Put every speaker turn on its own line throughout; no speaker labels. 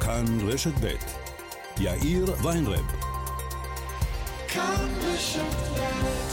כאן רשת ב' יאיר ויינרב.
כאן רשת ב'.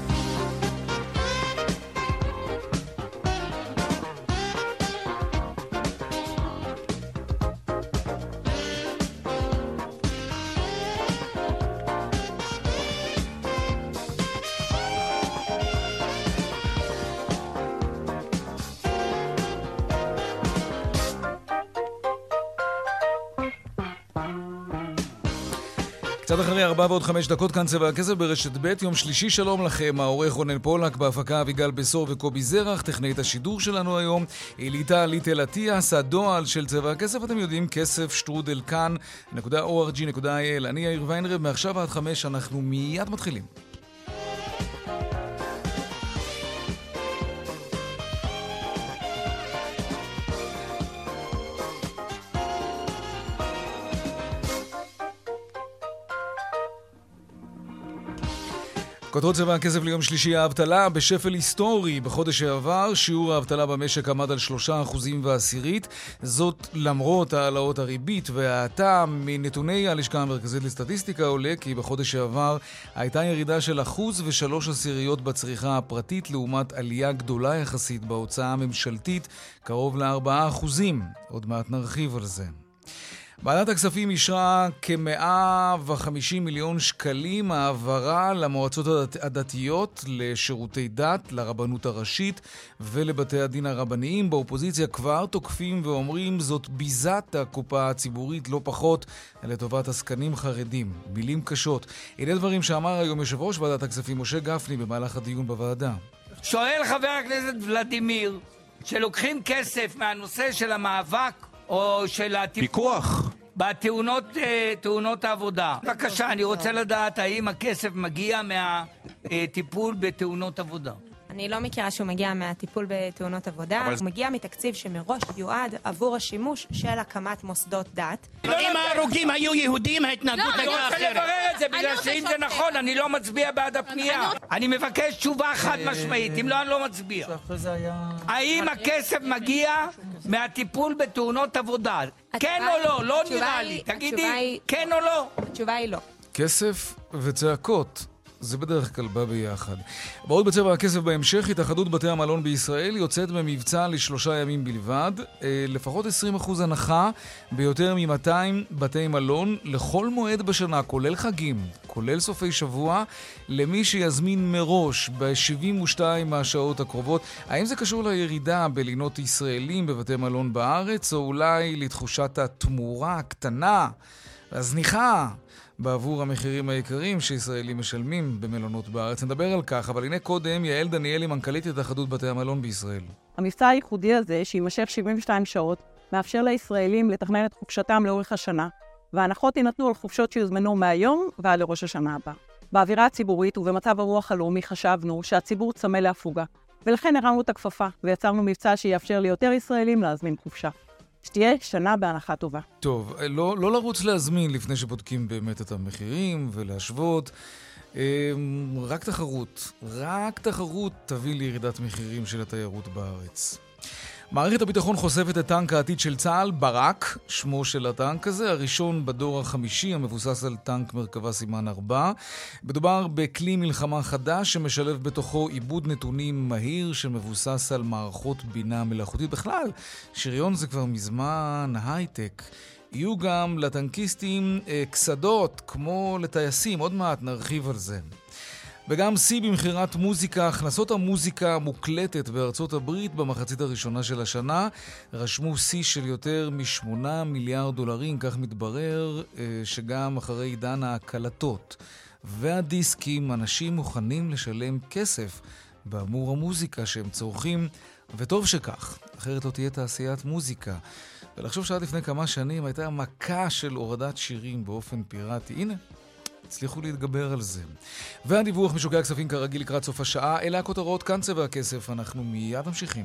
קצת אחרי 4:05 כאן צבע הכסף ברשת ב' יום שלישי. שלום לכם, העורך רונן פולק, בהפקה אביגל בסור וקובי זרח, טכנאית השידור שלנו היום אליטה ליטל עטיאס. הדואל של צבע הכסף, אתם יודעים, כסף שטרודל כאן.org.il. אני יאיר ויינרב, מעכשיו עד 5 אנחנו מיד מתחילים. כותרות צבע הכסף ליום שלישי. האבטלה בשפל היסטורי. בחודש שעבר שיעור האבטלה במשק עמד על 3.10%. זאת למרות העלאות הריבית וההאטה. מנתוני הלשכה המרכזית לסטטיסטיקה עולה כי בחודש שעבר הייתה ירידה של 1.3% בצריכה הפרטית לעומת עלייה גדולה יחסית בהוצאה הממשלתית קרוב ל4%. עוד מעט נרחיב על זה. ועדת הכספים אישרה כ-150 מיליון שקלים העברה למועצות הדתיות, לשירותי דת, לרבנות הראשית ולבתי הדין הרבניים. באופוזיציה כבר תוקפים ואומרים זאת ביזת הקופה הציבורית לא פחות לטובת עסקנים חרדים. מילים קשות. אלה דברים שאמר היום יושב ראש ועדת הכספים משה גפני במהלך הדיון בוועדה.
שואל חבר הכנסת ולדימיר שלוקחים כסף מהנושא של המאבק או של הפיקוח בתאונות העבודה. בבקשה, אני רוצה לדעת האם הכסף מגיע מהטיפול בתאונות עבודה.
אני לא מכירה שהוא מגיע מהטיפול בתאונות עבודה, הוא מגיע מתקציב שמראש יועד עבור השימוש של הקמת מוסדות דת.
אם ההרוגים היו יהודים, ההתנהגות הייתה אחרת. אני רוצה לברר את זה, בגלל שאם זה נכון, אני לא מצביע בעד הפנייה. אני מבקש תשובה חד משמעית, אם לא, אני לא מצביע. האם הכסף מגיע מהטיפול בתאונות עבודה? כן או לא? לא נראה לי. תגידי, כן או לא?
התשובה היא לא.
כסף וצעקות. זה בדרך כלל בא ביחד. בעוד בצבע הכסף בהמשך, התאחדות בתי המלון בישראל יוצאת במבצע ל3 ימים בלבד, לפחות 20% הנחה ביותר מ-200 בתי מלון לכל מועד בשנה, כולל חגים, כולל סופי שבוע, למי שיזמין מראש ב-72 מהשעות הקרובות. האם זה קשור לירידה בלינות ישראלים בבתי מלון בארץ, או אולי לתחושת התמורה הקטנה, הזניחה, בעבור המחירים היקרים שישראלים משלמים במלונות בארץ? נדבר על כך, אבל הנה קודם יעל דניאלי, מנכ"לית התאחדות בתי המלון בישראל.
המבצע הייחודי הזה, שימשך 72 שעות, מאפשר לישראלים לתכנן את חופשתם לאורך השנה, וההנחות יינתנו על חופשות שיוזמנו מהיום ועד לראש השנה הבא. באווירה הציבורית ובמצב הרוח הלאומי חשבנו שהציבור צמא להפוגה, ולכן הרמנו את הכפפה ויצרנו מבצע שיאפשר ליותר ישראלים להזמין חופשה. שתהיה שנה בהנחה טובה.
טוב, לא לרוץ להזמין לפני שבודקים באמת את המחירים ולהשוות. רק תחרות תביא לירידת מחירים של התיירות בארץ. מערכת הביטחון חושפת את טנק העתיד של צה"ל, ברק, שמו של הטנק הזה, הראשון בדור החמישי, המבוסס על טנק מרכבה סימן 4. מדובר בכלי מלחמה חדש שמשלב בתוכו עיבוד נתונים מהיר שמבוסס על מערכות בינה מלאכותית. בכלל, שריון זה כבר מזמן הייטק. יהיו גם לטנקיסטים קסדות כמו לטייסים, עוד מעט נרחיב על זה. וגם שיא במחירת מוזיקה. הכנסות המוזיקה המוקלטת בארצות הברית במחצית הראשונה של השנה רשמו שיא של יותר מ$8 מיליארד. כך מתברר שגם אחרי עידן ההקלטות והדיסקים אנשים מוכנים לשלם כסף באמור המוזיקה שהם צורכים, וטוב שכך, אחרת לא תהיה תעשיית מוזיקה. ולחשוב שעד לפני כמה שנים הייתה מכה של הורדת שירים באופן פיראטי. הנה, הצליחו להתגבר על זה. והדיווח משוקי הכספים כרגיל לקראת סוף השעה. אלה הכותרות, כאן צבע הכסף. אנחנו מיד ממשיכים.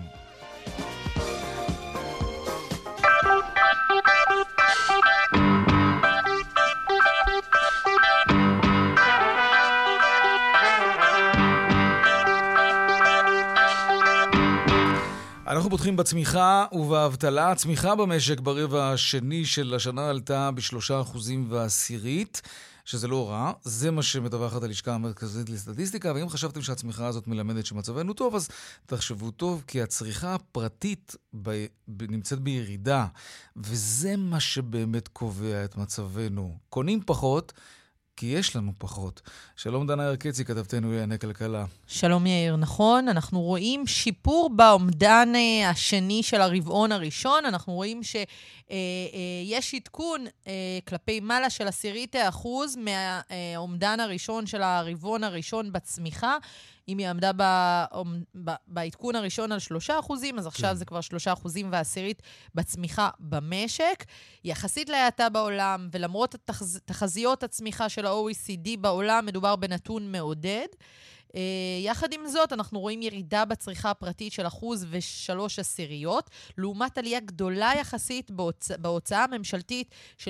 אנחנו דיווחים בצמיחה ובאבטלה. הצמיחה במשק ברבע השני של השנה עלתה ב3.10%, שזה לא רע. זה מה שמדווחת הלשכה המרכזית לסטטיסטיקה, ואם חשבתם שהצמיחה הזאת מלמדת שמצבנו טוב, אז תחשבו טוב, כי הצריכה הפרטית נמצאת בירידה, וזה מה שבאמת קובע את מצבנו. קונים פחות, כי יש לנו פחות. שלום דנה ירקצי, כתבתנו לענייני כלכלה.
שלום יאיר, נכון. אנחנו רואים שיפור באומדן השני של הרבעון הראשון. אנחנו רואים שיש עדכון כלפי מעלה של 0.1% מהאומדן הראשון של הרבעון הראשון בצמיחה. אם היא עמדה בעדכון הראשון על 3%, אז עכשיו זה כבר 3.10% בצמיחה במשק. יחסית להאטה בעולם, ולמרות תחזיות הצמיחה של ה-OECD בעולם, מדובר בנתון מעודד. יחד עם זאת, אנחנו רואים ירידה בצריכה הפרטית של 1.3%, לעומת עלייה גדולה יחסית בהוצאה הממשלתית של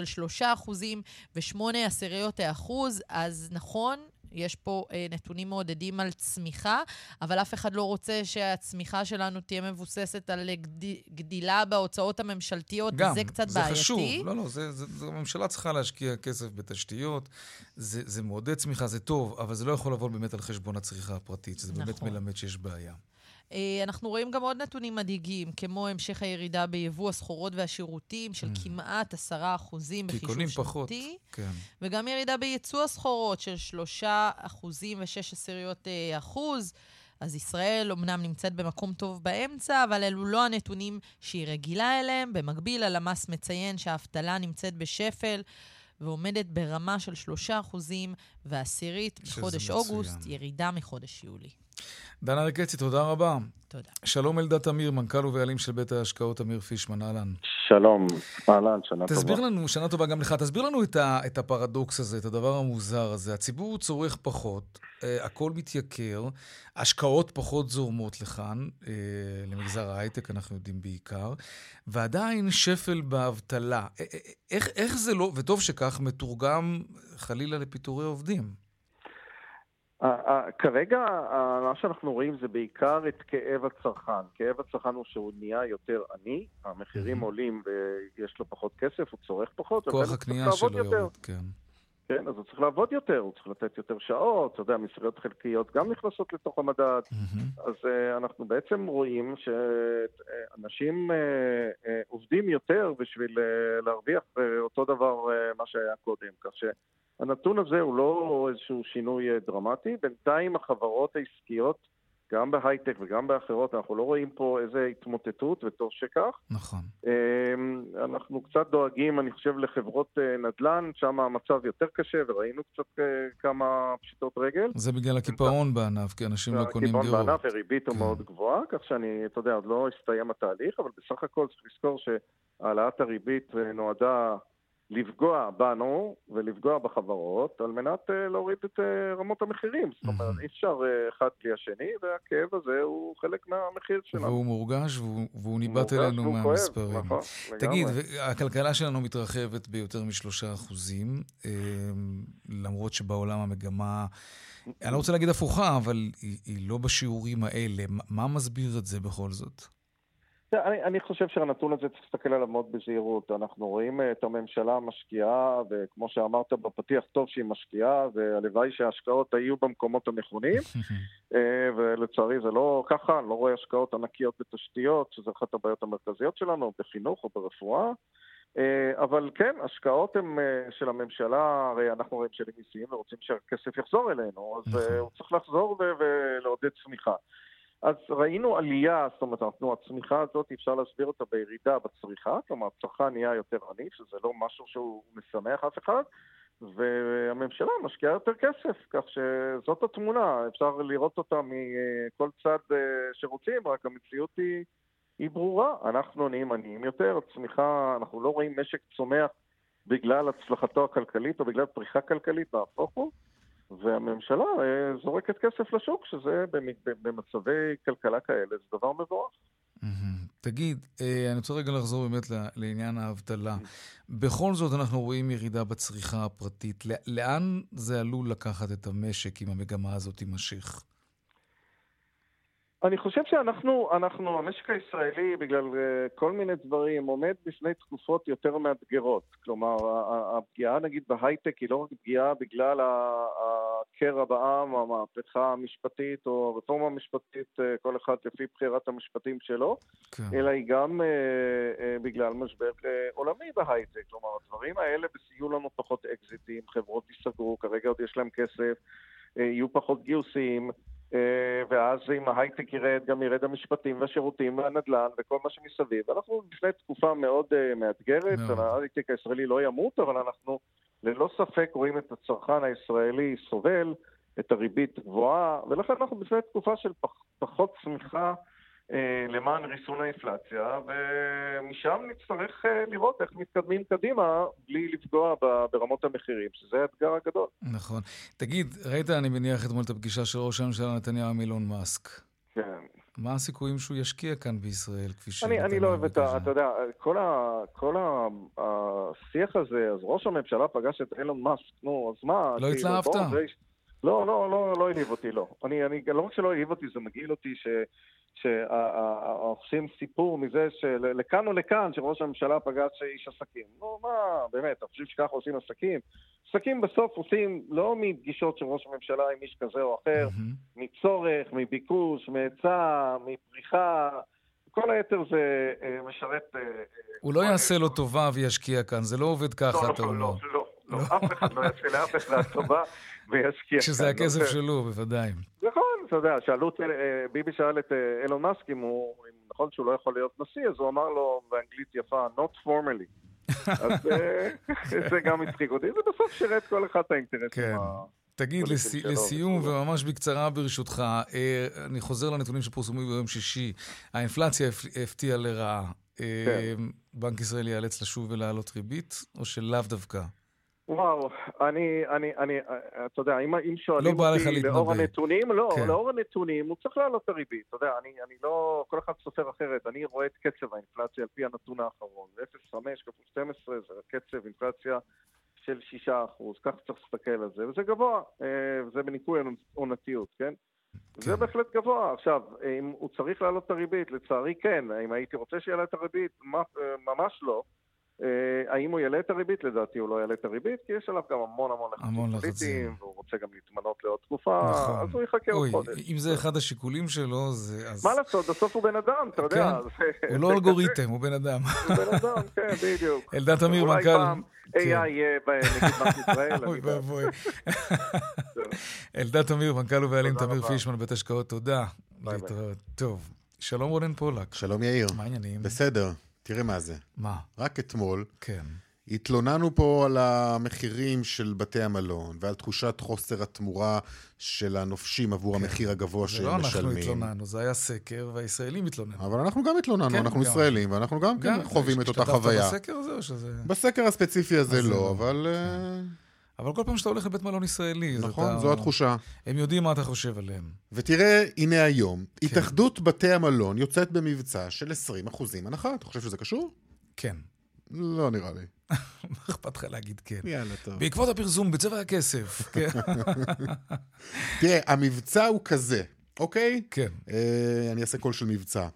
3.8%. אז נכון, יש פה נתונים מעודדים על צמיחה, אבל אף אחד לא רוצה שהצמיחה שלנו תהיה מבוססת על גדילה בהוצאות הממשלתיות, וזה קצת בעייתי.
זה חשוב. לא, הממשלה צריכה להשקיע כסף בתשתיות, זה מעודד צמיחה, זה טוב, אבל זה לא יכול לבוא באמת על חשבון הצריכה הפרטית, זה באמת מלמד שיש בעיה.
אנחנו רואים גם עוד נתונים מדאיגים, כמו המשך הירידה ביבוא הסחורות והשירותים של כמעט 10% בחישוב שנתי, וגם ירידה בייצוא הסחורות של 3.6%. אז ישראל אומנם נמצאת במקום טוב באמצע, אבל אלו לא הנתונים שהיא רגילה אליהם. במקביל, הלמ"ס מציין שהאבטלה נמצאת בשפל, ועומדת ברמה של 3.10% בחודש אוגוסט, ירידה מחודש יולי.
דנה ירקצי, תודה רבה.
תודה.
שלום אלדד תמיר, מנכ"ל ובעלים של בית ההשקעות אמיר פישמן, אהלן.
שלום, אהלן, שנה טובה.
תסביר לנו, שנה טובה גם לך, תסביר לנו את הפרדוקס הזה, את הדבר המוזר הזה. הציבור צורך פחות, הכל מתייקר, השקעות פחות זורמות לכאן, למגזר ההייטק אנחנו יודעים בעיקר, ועדיין שפל באבטלה. איך זה לא, וטוב שכך, מתורגם חלילה לפיטורי עובדים?
כרגע מה שאנחנו רואים זה בעיקר את כאב הצרכן. כאב הצרכן הוא שהוא נהיה יותר עני, המחירים עולים ויש לו פחות כסף, הוא צורך פחות.
כוח הקנייה שלו יורד, כן.
כן, אז הוא צריך לעבוד יותר, הוא צריך לתת יותר שעות, אתה יודע, משרות חלקיות גם נכנסות לתוך המדד. אז אנחנו בעצם רואים שאנשים עובדים יותר בשביל להרוויח אותו דבר מה שהיה קודם, כך שהנתון הזה הוא לא איזשהו שינוי דרמטי. בינתיים החברות העסקיות, גם בהייטק וגם באחרות, אנחנו לא רואים פה איזו התמוטטות, וטוב שכך.
נכון.
אנחנו קצת דואגים, אני חושב, לחברות נדל"ן, שם המצב יותר קשה, וראינו קצת כמה פשיטות רגל.
זה בגלל הקיפאון בענף, כי אנשים לא קונים דירות.
הקיפאון בענף, וריבית הוא מאוד גבוהה, כך שאני, אתה יודע, עוד לא הסתיים התהליך, אבל בסך הכל צריך לזכור שהעלאת הריבית נועדה לפגוע בנו ולפגוע בחברות על מנת להוריד את רמות המחירים. זאת אומרת, אי אפשר אחד בלי השני, והכאב הזה הוא חלק מהמחיר שלנו.
והוא מורגש והוא ניבט אלינו מהמספרים.
נכון,
תגיד, הכלכלה שלנו מתרחבת ביותר מ3%, למרות שבעולם המגמה, אני לא רוצה להגיד הפוכה, אבל היא לא בשיעורים האלה. מה מסביר את זה בכל זאת?
אני חושב שהנתון הזה צריך להסתכל עליו מאוד בזהירות. אנחנו רואים את הממשלה משקיעה, וכמו שאמרת בפתיח, טוב שהיא משקיעה, והלוואי שההשקעות היו במקומות הנכונים, ולצערי זה לא ככה. אני לא רואה השקעות ענקיות בתשתיות, שזה אחת הבעיות המרכזיות שלנו, בחינוך או ברפואה, אבל כן, השקעות הן של הממשלה, הרי אנחנו רואים שלי מיסים ורוצים שהכסף יחזור אלינו, אז הוא צריך לחזור ולעודד צמיחה. אז ראינו עלייה, זאת אומרת, הצמיחה הזאת אפשר להסביר אותה בירידה בצריכה, כלומר, הצרכן נהיה יותר עני, שזה לא משהו שהוא משמח אף אחד, והממשלה משקיעה יותר כסף, כך שזאת התמונה, אפשר לראות אותה מכל צד שרוצים, רק המציאות היא ברורה, אנחנו נהיים עניים יותר, הצמיחה, אנחנו לא רואים משק צומח בגלל הצלחתו הכלכלית או בגלל פריחה כלכלית, נהפוך הוא, והממשלה זורקת כסף לשוק, שזה במצבי כלכלה כאלה, זה דבר מבורך.
תגיד, אני רוצה רגע לחזור באמת לעניין האבטלה. בכל זאת אנחנו רואים ירידה בצריכה הפרטית. לאן זה עלול לקחת את המשק אם המגמה הזאת תימשך?
אני חושב שאנחנו, המשק הישראלי, בגלל כל מיני דברים, עומד בפני תקופות יותר מאתגרות. כלומר, הפגיעה, נגיד, בהייטק היא לא רק פגיעה בגלל הקרע בעם, המהפכה המשפטית או הרפורמה המשפטית, כל אחד לפי בחירת המשפטים שלו, אלא היא גם בגלל משבר עולמי בהייטק. כלומר, הדברים האלה יהיו לנו פחות אקזיטים, חברות ייסגרו, כרגע עוד יש להם כסף, יהיו פחות גיוסים, ואז אם ההייטק ירד, גם ירד המשפטים והשירותים והנדל"ן וכל מה שמסביב. אנחנו לפני תקופה מאוד מאתגרת, ההייטק הישראלי לא ימות, אבל אנחנו ללא ספק רואים את הצרכן הישראלי סובל, את הריבית גבוהה, ולכן אנחנו לפני תקופה של פחות צמיחה למען ריסון האינפלציה, ומשם נצטרך לראות איך מתקדמים קדימה בלי לפגוע ברמות המחירים, שזה האתגר הגדול.
נכון. תגיד, ראית, אני מניח אתמול את הפגישה של ראש הממשלה נתניהו עם אילון מאסק.
כן.
מה הסיכויים שהוא ישקיע כאן בישראל, כפי ש...
אני לא אוהב את אתה יודע, כל השיח הזה, אז ראש הממשלה פגש את אילון מאסק, נו, אז מה?
לא התלהבת?
לא העליב אותי, לא. לא רק שלא העליב אותי, זה מגעיל אותי שעושים סיפור מזה שלכאן או לכאן שראש הממשלה פגש איש עסקים. נו, מה, באמת, אתה חושב שככה עושים עסקים? עסקים בסוף עושים לא מפגישות של ראש הממשלה עם איש כזה או אחר, מצורך, מביקוש, מהיצע, מפריחה, כל היתר זה משרת...
הוא לא יעשה לו טובה וישקיע כאן, זה לא עובד ככה, אתה אומר.
לא, אף אחד לא יעשה לאף אחד טובה וישקיע.
כשזה הכסף שלו, בוודאי.
נכון, אתה יודע, ביבי שאל את אילון מאסק אם נכון שהוא לא יכול להיות נשיא, אז הוא אמר לו באנגלית יפה, not formally. אז זה גם הצחיק אותי, זה בסוף שירת כל אחד את האינטרס.
כן. תגיד, לסיום וממש בקצרה ברשותך, אני חוזר לנתונים שפורסמו ביום שישי, האינפלציה הפתיעה לרעה. בנק ישראל ייאלץ לשוב ולהעלות ריבית, או שלאו דווקא?
וואו, אתה יודע, אם שואלים אותי לאור הנתונים, לאור הנתונים הוא צריך לעלות את הריבית, אתה יודע, אני לא, כל אחד סופר אחרת, אני רואה את קצב האינפלציה על פי הנתון האחרון, 0.5 כפול 12 זה קצב אינפלציה של 6%, כך צריך להסתכל על זה, וזה גבוה, זה בניכוי עונתיות, כן? זה בהחלט גבוה. עכשיו, אם הוא צריך לעלות את הריבית, לצערי כן, אם הייתי רוצה שיעלה את הריבית, ממש לא. האם הוא יעלה את הריבית? לדעתי הוא לא יעלה את הריבית, כי יש עליו גם המון לחצים, והוא רוצה גם להתמנות לעוד תקופה, אז הוא יחכה עוד חודש.
אם זה אחד השיקולים שלו, זה...
מה לעשות? בסוף הוא בן אדם, אתה יודע.
הוא לא אלגוריתם, הוא בן אדם.
הוא בן אדם, כן, בדיוק.
אלדד תמיר, מנכ"ל...
אולי פעם AI יהיה נגיד בנק ישראל.
אוי ואבוי. אלדד תמיר, מנכ"ל ובעלים תמיר פישמן, בית השקעות, תודה. להתראות. טוב, שלום רונן פולק.
שלום יאיר.
מה העניינים?
בסדר. תראה מה זה.
מה?
רק אתמול,
כן.
התלוננו פה על המחירים של בתי המלון, ועל תחושת חוסר התמורה של הנופשים עבור המחיר הגבוה שהם משלמים.
זה לא אנחנו התלוננו, זה היה סקר, והישראלים התלוננו.
אבל אנחנו גם התלוננו, אנחנו ישראלים, ואנחנו גם חווים את אותה חוויה.
בסקר הזה או שזה...
בסקר הספציפי הזה לא, אבל...
אבל כל פעם שאתה הולך לבית מלון ישראלי...
נכון, זו התחושה.
הם יודעים מה אתה חושב עליהם.
ותראה, הנה היום, התאחדות בתי המלון יוצאת במבצע של 20% הנחה. אתה חושב שזה קשור?
כן.
לא נראה לי.
מה אכפת לך להגיד כן?
יאללה, טוב.
בעקבות הפרסום בצבע הכסף.
תראה, המבצע הוא כזה, אוקיי?
כן.
אני אעשה קול של מבצע.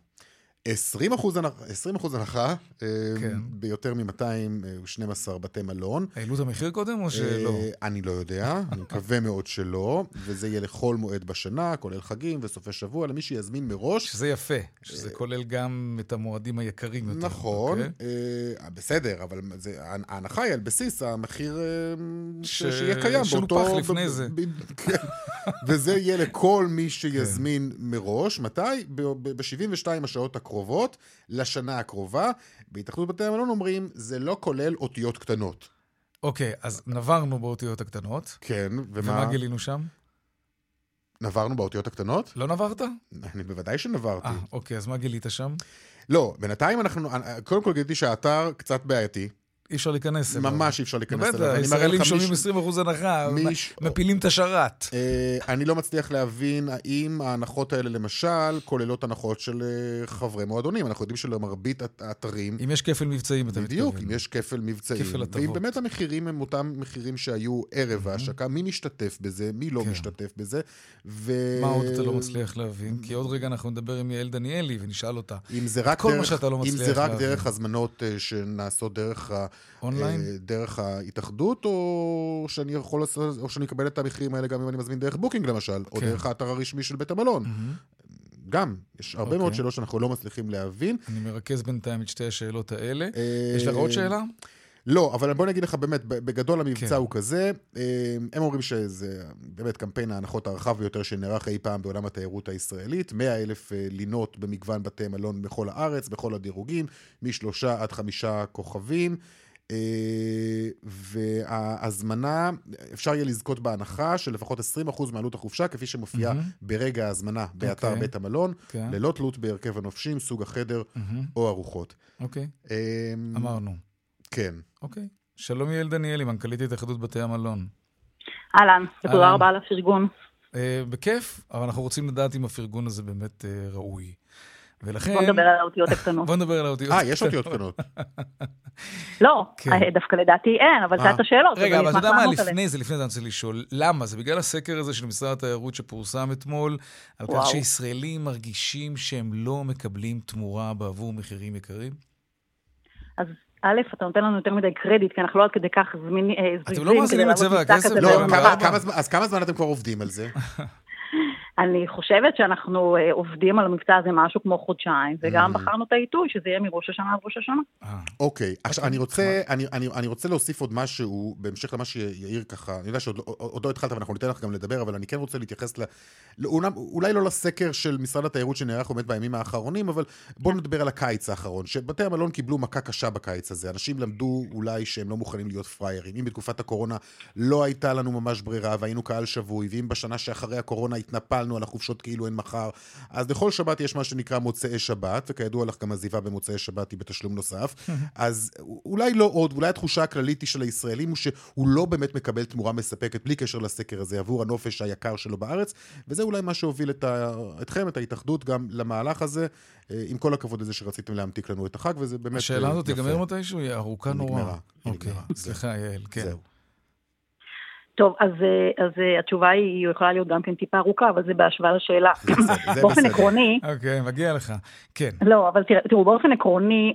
20% הנחה ביותר מ-212 בתי מלון.
העלו את המחיר קודם או שלא?
אני לא יודע, אני מקווה מאוד שלא, וזה יהיה לכל מועד בשנה, כולל חגים וסופי שבוע, למי שיזמין מראש.
שזה יפה, שזה כולל גם את המועדים היקרים יותר.
נכון, בסדר, אבל ההנחה היא על בסיס המחיר שיהיה קיים.
שנופח לפני זה.
וזה יהיה לכל מי שיזמין מראש. מתי? ב-72 השעות הקרובות, לשנה הקרובה. בהתאחדות בתי המלון אומרים, זה לא כולל אותיות קטנות.
אוקיי, אז נברנו באותיות הקטנות.
כן,
ומה גילינו שם?
נברנו באותיות הקטנות?
לא נברת?
אני בוודאי שנברתי.
אוקיי, אז מה גילית שם?
לא, בינתיים קודם כל גיליתי שהאתר קצת בעייתי.
אי אפשר להיכנס אליו.
ממש אי אפשר להיכנס אליו.
הישראלים שומעים 20% הנחה, מפילים את השרת.
אני לא מצליח להבין האם ההנחות האלה למשל כוללות הנחות של חברי מועדונים. אנחנו יודעים שלמרבית האתרים...
אם יש כפל מבצעים, אתה מתכוון.
בדיוק, אם יש כפל מבצעים. ואם באמת המחירים הם אותם מחירים שהיו ערב ההשקה, מי משתתף בזה, מי לא משתתף בזה.
מה עוד אתה לא מצליח להבין? כי עוד רגע אנחנו נדבר עם יעל דניאלי ונשאל אותה.
אם זה רק דרך הזמנות שנעשות דרך ההתאחדות, או שאני אקבל את המחירים האלה גם אם אני מזמין דרך בוקינג למשל, או דרך האתר הרשמי של בית המלון. גם, יש הרבה מאוד שאלות שאנחנו לא מצליחים להבין.
אני מרכז בינתיים את שתי השאלות האלה. יש לך עוד שאלה?
לא, אבל בוא נגיד לך באמת, בגדול המבצע הוא כזה, הם אומרים שזה באמת קמפיין ההנחות הרחב ביותר שנערך אי פעם בעולם התיירות הישראלית, 100,000 לינות במגוון בתי מלון בכל הארץ, בכל הדירוגים, מ3 עד 5 כוכבים, וההזמנה, אפשר יהיה לזכות בהנחה של לפחות 20% מעלות החופשה, כפי שמופיעה ברגע ההזמנה באתר בית המלון, ללא תלות בהרכב הנופשים, סוג החדר או ארוחות.
אוקיי, אמרנו.
כן.
אוקיי. שלום יעל דניאלי, מנכ"לית התאחדות בתי המלון.
אהלן, ותודה רבה על הפרגון.
בכיף, אבל אנחנו רוצים לדעת אם הפרגון הזה באמת ראוי. ולכן...
בוא נדבר על האותיות הקטנות.
בוא נדבר על האותיות
הקטנות. יש אותיות קטנות.
לא, דווקא לדעתי אין, אבל זה את השאלות.
רגע, אבל אתה יודע מה, לפני זה אני רוצה לשאול, למה? זה בגלל הסקר הזה של משרד התיירות שפורסם אתמול, על כך שישראלים מרגישים שהם לא מקבלים תמורה בעבור מחירים יקרים?
אז א', אתה נותן לנו יותר מדי קרדיט, כי אנחנו לא עד כדי כך זמינים.
אתם לא מאזינים את צבע הכסף?
אז כמה זמן אתם כבר עובדים על זה?
אני חושבת שאנחנו עובדים על המבצע הזה משהו כמו חודשיים, וגם בחרנו את העיתוי, שזה יהיה מראש השנה עד ראש השנה.
אוקיי, עכשיו אני רוצה להוסיף עוד משהו, בהמשך למה שיעיר ככה, אני יודע שעוד לא התחלת ואנחנו ניתן לך גם לדבר, אבל אני כן רוצה להתייחס, אולי לא לסקר של משרד התיירות שנערך באמת בימים האחרונים, אבל בואו נדבר על הקיץ האחרון, שבתי המלון קיבלו מכה קשה בקיץ הזה, אנשים למדו אולי שהם לא מוכנים להיות פריירים, אם בתקופת הקורונה לא הייתה לנו ממש ברירה, והיינו קהל שבוי, ואם בשנה שאחרי הקורונה התנפלנו על החופשות כאילו אין מחר, אז לכל שבת יש מה שנקרא מוצאי שבת, וכידוע לך גם עזיבה במוצאי שבת היא בתשלום נוסף, אז אולי לא עוד, אולי התחושה הכללית של הישראלים הוא שהוא לא באמת מקבל תמורה מספקת, בלי קשר לסקר הזה, עבור הנופש היקר שלו בארץ, וזה אולי מה שהוביל אתכם, את ההתאחדות, גם למהלך הזה, עם כל הכבוד לזה שרציתם להמתיק לנו את החג, וזה באמת
השאלה הזאת תיגמר מתישהו, היא ארוכה נורא.
אוקיי,
סליחה יעל, כן.
טוב, אז התשובה היא יכולה להיות גם כן טיפה ארוכה, אבל זה בהשוואה לשאלה. באופן עקרוני...
אוקיי, מגיע לך. כן.
לא, אבל תראו, באופן עקרוני,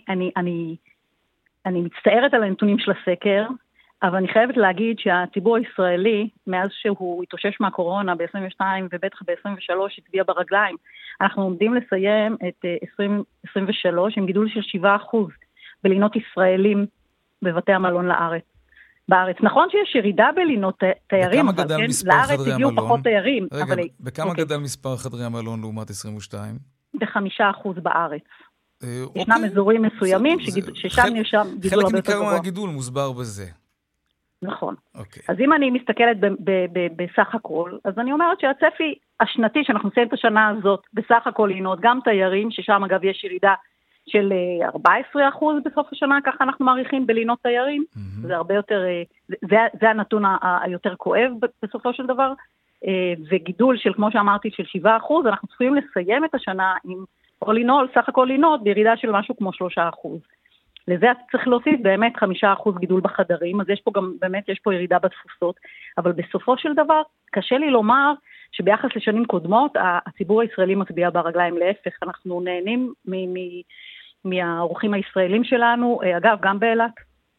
אני מצטערת על הנתונים של הסקר, אבל אני חייבת להגיד שהציבור הישראלי, מאז שהוא התאושש מהקורונה ב-22 ובטח ב-23, הצביע ברגליים. אנחנו עומדים לסיים את 2023 עם גידול של 7% בלינות ישראלים בבתי המלון בארץ. נכון שיש ירידה בלינות תיירים, אבל כן, לארץ הגיעו פחות תיירים.
רגע, בכמה גדל מספר חדרי המלון לעומת 22?
ב5% בארץ. ישנם אזורים מסוימים ששם נרשם גידול הרבה יותר גבוה.
חלק ניכר מהגידול מוסבר בזה.
נכון. אז אם אני מסתכלת בסך הכל, אז אני אומרת שהצפי השנתי שאנחנו נסיים את השנה הזאת, בסך הכל לינות, גם תיירים, ששם אגב יש ירידה של 14% בסוף השנה, ככה אנחנו מעריכים בלינות תיירים, זה הרבה יותר, זה הנתון היותר כואב בסופו של דבר, וגידול של, כמו שאמרתי, של 7%, אנחנו צריכים לסיים את השנה עם אולינול, סך הכל לינות, בירידה של משהו כמו 3%. לזה צריך להוסיף באמת 5% גידול בחדרים, אז יש פה גם, באמת יש פה ירידה בתפוסות, אבל בסופו של דבר, קשה לי לומר שביחס לשנים קודמות, הציבור הישראלי מצביע ברגליים להפך, אנחנו נהנים מהאורחים הישראלים שלנו, אגב, גם באילת.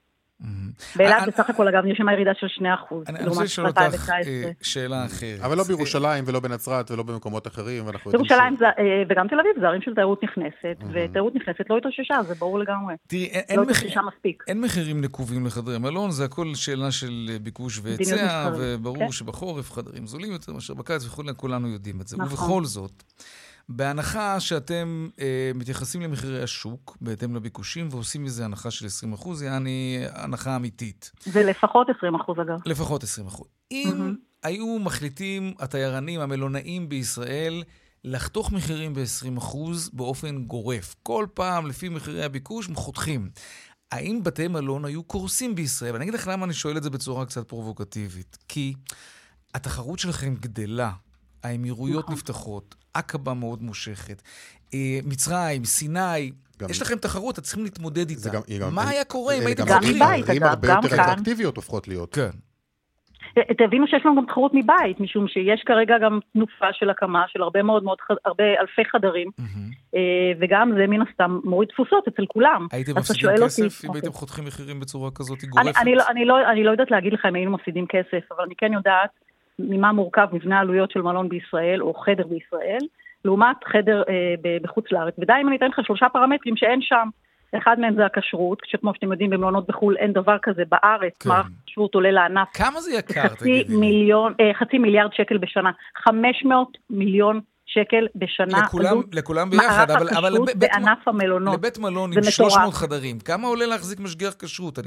באילת בסך הכל, אגב, נרשמה ירידה של 2%.
אני רוצה לשאול אותך שאלה אחרת.
אבל לא בירושלים ולא בנצרת ולא במקומות אחרים.
בירושלים וגם תל אביב, זה ערים של תיירות נכנסת, ותיירות נכנסת לא התאוששה, זה ברור לגמרי.
תראי, אין מחירים נקובים לחדרי מלון, זה הכל שאלה של ביקוש והיצע, וברור שבחורף חדרים זולים יותר מאשר בקיץ, וכולנו יודעים את זה. ובכל זאת, בהנחה שאתם מתייחסים למחירי השוק, בהתאם לביקושים, ועושים מזה הנחה של 20%, יעני הנחה אמיתית.
זה לפחות 20% אגב.
לפחות 20%. אם היו מחליטים התיירנים, המלונאים בישראל, לחתוך מחירים ב-20% באופן גורף, כל פעם לפי מחירי הביקוש, חותכים. האם בתי מלון היו קורסים בישראל? ואני אגיד לך למה אני שואל את זה בצורה קצת פרובוקטיבית. כי התחרות שלכם גדלה, האמירויות נפתחות, עקבה מאוד מושכת, מצרים, סיני, יש לכם תחרות, אתם צריכים להתמודד איתה. מה היה קורה אם הייתם
מתחילים? גם מבית, אגב,
הרבה יותר אטרקטיביות הופכות להיות.
כן.
תבינו שיש לנו גם תחרות מבית, משום שיש כרגע גם תנופה של הקמה, של הרבה אלפי חדרים, וגם זה מן הסתם מוריד תפוסות אצל כולם.
הייתם מפסידים כסף אם הייתם חותכים מחירים בצורה כזאת גורפת?
אני לא יודעת להגיד לך אם היינו מפסידים כסף, אבל אני כן יודעת ממה מורכב מבנה העלויות של מלון בישראל, או חדר בישראל, לעומת חדר בחוץ לארץ. ודי אם אני אתן לך 3 פרמטרים שאין שם, אחד מהם זה הכשרות, כשכמו שאתם יודעים במלונות בחול אין דבר כזה בארץ, מערך הכשרות עולה לענף.
כמה זה יקר,
תגידי? $500 מיליון בשנה. 500 מיליון שקל בשנה.
לכולם ביחד, אבל
בענף המלונות.
לבית מלון עם 300 חדרים, כמה עולה להחזיק משגיח כשרות?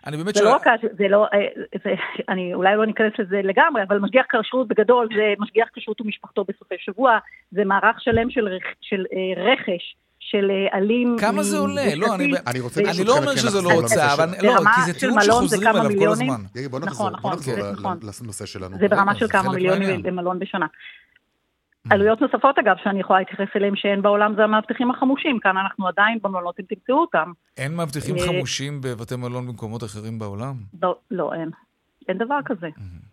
אני אולי לא ניכנס לזה לגמרי, אבל משגיח כשרות בגדול, זה משגיח כשרות ומשפחתו בסופי שבוע, זה מערך שלם של רכש. של עלים...
כמה זה עולה? לא, אני לא אומר שזה לא הוצאה, אבל לא, כי זה טיעון שחוזרים עליו כל הזמן.
בוא נחזור לנושא שלנו.
זה ברמה של כמה מיליונים למלון בשנה. עלויות נוספות, אגב, שאני יכולה להתייחס אליהם שאין בעולם, זה המאבטחים החמושים. כאן אנחנו עדיין במלונות, אם תמצאו אותם.
אין מאבטחים חמושים בבתי מלון במקומות אחרים בעולם?
לא, אין. אין דבר כזה.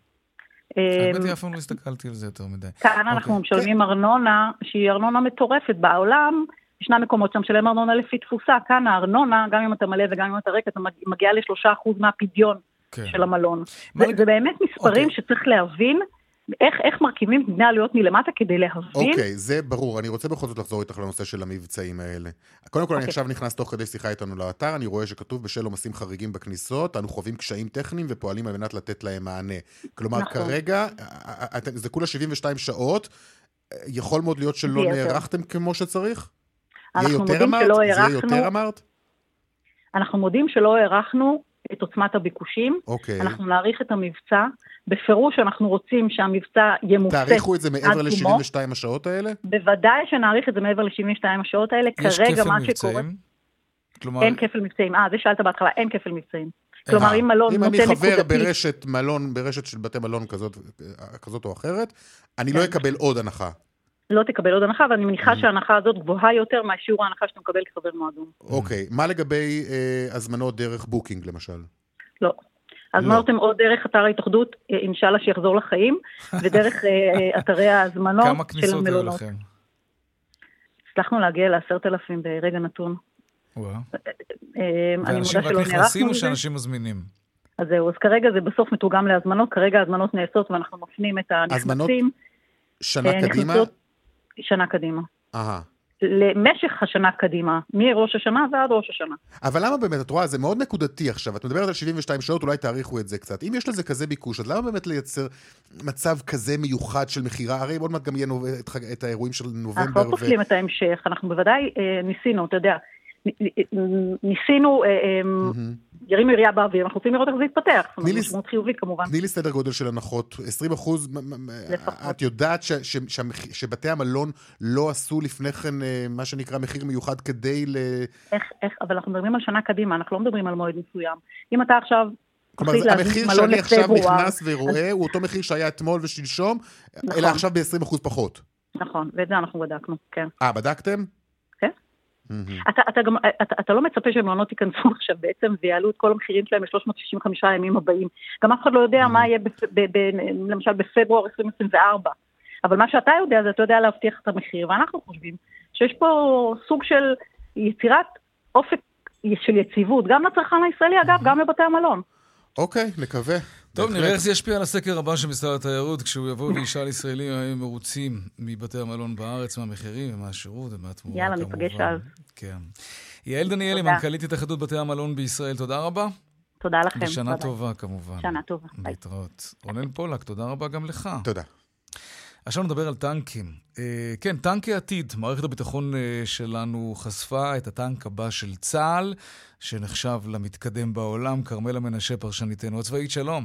האמת היא, אף פעם לא הסתכלתי על זה יותר מדי.
כאן אנחנו משלמים ארנונה, שהיא ארנונה מטורפת בעולם, ישנה מקומות שם שלהם ארנונה לפי תפוסה, כאן הארנונה, גם אם אתה מלא וגם אם אתה ריק, אתה מגיע ל3% מהפדיון של המלון. זה באמת מספרים שצריך להבין, איך מרכיבים בני עלויות מלמטה כדי להבין.
אוקיי, זה ברור. אני רוצה בכל זאת לחזור איתך לנושא של המבצעים האלה. קודם כל, אני עכשיו נכנס תוך כדי שיחה איתנו לאתר, אני רואה שכתוב בשל עומסים חריגים בכניסות, אנו חווים קשיים טכניים ופועלים על מנת לתת להם מענה. כלומר, כרגע, זה כולה 72 שעות, יכול מאוד להיות שלא נערכתם כמו שצריך?
אנחנו מודים שלא הערכנו. אנחנו מודים שלא הערכנו את עוצמת הביקושים. אנחנו נעריך את המבצע. בפירוש אנחנו רוצים שהמבצע ימוצא.
תעריכו את זה מעבר ל-72 השעות האלה?
בוודאי שנעריך את זה מעבר ל-72 השעות האלה.
יש כפל מבצעים?
אין כפל מבצעים. זה שאלת בהתחלה, אין כפל מבצעים. כלומר, אם מלון נותן נקודתי...
אם אני חבר ברשת של בתי מלון כזאת או אחרת, אני לא אקבל עוד הנחה.
לא תקבל עוד הנחה, ואני מניחה שההנחה הזאת גבוהה יותר מהשיעור ההנחה שאתה מקבל כחבר מועדון.
אוקיי, מה לגבי הזמנות דרך בוקינג למשל?
לא. הזמנות הן או דרך אתר ההתאחדות, אינשאללה שיחזור לחיים, ודרך אתרי ההזמנות של המלונות.
כמה כניסות היו לכם?
הצלחנו להגיע ל10,000 ברגע נתון.
וואו. ואנשים רק נכנסים או שאנשים מזמינים?
אז זהו, אז כרגע זה בסוף מתורגם להזמנות, כרגע ההזמנות נעשות ואנחנו מפנים את הנכנסים.
הזמנות שנה קדימה?
שנה קדימה. למשך השנה קדימה, מראש השנה ועד ראש השנה.
אבל למה באמת, את רואה, זה מאוד נקודתי עכשיו, את מדברת על 72 שעות, אולי תאריכו את זה קצת. אם יש לזה כזה ביקוש, אז למה באמת לייצר מצב כזה מיוחד של מחירה? הרי עוד מעט גם יהיה את האירועים של נובמבר.
אנחנו לא פוסלים את ההמשך, אנחנו בוודאי ניסינו, אתה יודע, ניסינו, ירים ירייה באוויר, אנחנו רוצים לראות איך זה יתפתח, זאת אומרת, משמעות חיובית כמובן.
תני לי סדר גודל של הנחות, 20%, את יודעת שבתי המלון לא עשו לפני כן מה שנקרא מחיר מיוחד כדי
אבל אנחנו מדברים על שנה קדימה, אנחנו לא מדברים על מועד מסוים. אם אתה עכשיו...
כלומר, המחיר שאני עכשיו נכנס ורואה, הוא אותו מחיר שהיה אתמול ושלשום, אלא עכשיו ב-20% פחות.
נכון, ואת זה אנחנו בדקנו, כן.
בדקתם?
אתה לא מצפה שמלונות ייכנסו עכשיו בעצם ויעלו את כל המחירים שלהם ל-365 הימים הבאים. גם אף אחד לא יודע מה יהיה למשל בפברואר 2024. אבל מה שאתה יודע זה אתה יודע להבטיח את המחיר, ואנחנו חושבים שיש פה סוג של יצירת אופק של יציבות, גם לצרכן הישראלי אגב, גם לבתי המלון.
אוקיי, נקווה.
טוב, נראה איך זה ישפיע על הסקר הבא של משרד התיירות, כשהוא יבוא וישאל ישראלים האם מרוצים מבתי המלון בארץ, מהמחירים ומהשירות ומהתמורה.
יאללה, ניפגש אז.
כן. יעל דניאלי, מנכ"לית התאחדות בתי המלון בישראל, תודה רבה.
תודה לכם.
ושנה טובה כמובן.
שנה טובה.
להתראות. רונן פולק, תודה רבה גם לך.
תודה.
עכשיו נדבר על טנקים. כן, טנקי עתיד. מערכת הביטחון שלנו חשפה את הטנק הבא של צה"ל, שנחשב למתקדם בעולם. כרמלה מנשה, פרשניתנו הצבאית, שלום.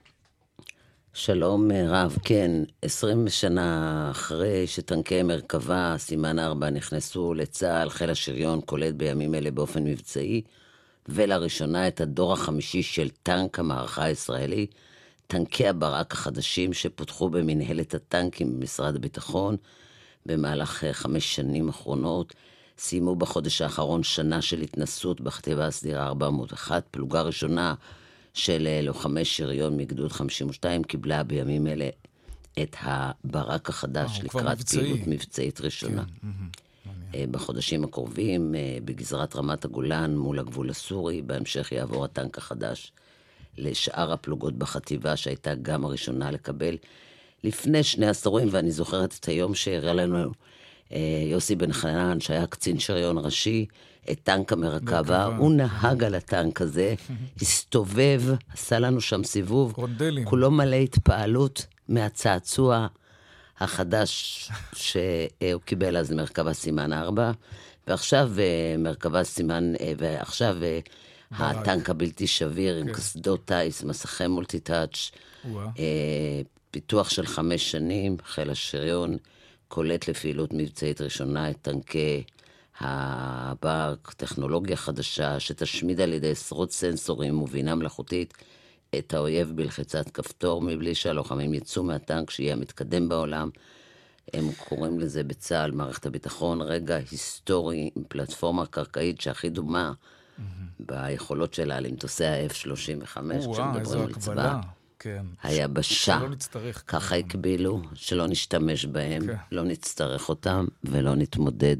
שלום רב, כן. 20 שנה אחרי שטנקי מרכבה, סימן 4, נכנסו לצה"ל, חיל השריון קולט בימים אלה באופן מבצעי, ולראשונה את הדור החמישי של טנק המערכה הישראלי, טנקי הברק החדשים שפותחו במנהלת הטנקים במשרד הביטחון במהלך 5 שנים אחרונות. סיימו בחודש האחרון שנה של התנסות בחטיבה הסדירה 401, פלוגה ראשונה של לוחמי שריון מגדוד 52, קיבלה בימים אלה את הברק החדש לקראת פעילות מבצעית ראשונה. בחודשים הקרובים, בגזרת רמת הגולן מול הגבול הסורי, בהמשך יעבור הטנק החדש לשאר הפלוגות בחטיבה, שהייתה גם הראשונה לקבל לפני 2 עשורים, ואני זוכרת את היום שהראה לנו יוסי בן חנן, שהיה קצין שריון ראשי, את טנק המרכבה, הוא נהג על הטנק הזה, הסתובב, עשה לנו שם סיבוב, כולו מלא התפעלות מהצעצוע החדש שהוא קיבל אז מרכבה סימן 4, ועכשיו מרכבה סימן, ועכשיו הטנק הבלתי שביר עם קסדות טייס, מסכי מולטי-טאץ', פיתוח של 5 שנים, חיל השריון, קולט לפעילות מבצעית ראשונה את טנקי הברק, טכנולוגיה חדשה שתשמיד על ידי עשרות סנסורים ובינה מלאכותית את האויב בלחיצת כפתור, מבלי שהלוחמים יצאו מהטנק שיהיה המתקדם בעולם. הם קוראים לזה בצה"ל, מערכת הביטחון, רגע היסטורי עם פלטפורמה קרקעית שהכי דומה ביכולות שלה למטוסי ה-F-35, כשמדברים על צבא.
כן.
היבשה, ככה הקבילו, שלא נשתמש בהם, לא נצטרך אותם ולא נתמודד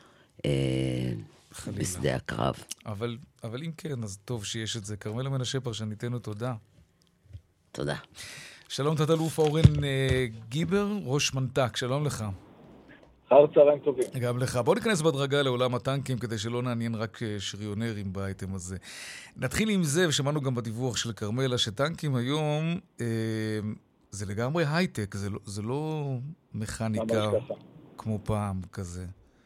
בשדה הקרב.
אבל אם כן, אז טוב שיש את זה. כרמלה מנשה, פרשניתנו, תודה.
תודה.
שלום תת-אלוף אורן גיבר, ראש מנת"ק, שלום לך.
אחר צהריים טובים.
גם לך. בוא ניכנס בהדרגה לעולם הטנקים, כדי שלא נעניין רק שריונרים באייטם הזה. נתחיל עם זה, ושמענו גם בדיווח של כרמלה, שטנקים היום זה לגמרי הייטק, זה לא מכניקה כמו פעם כזה.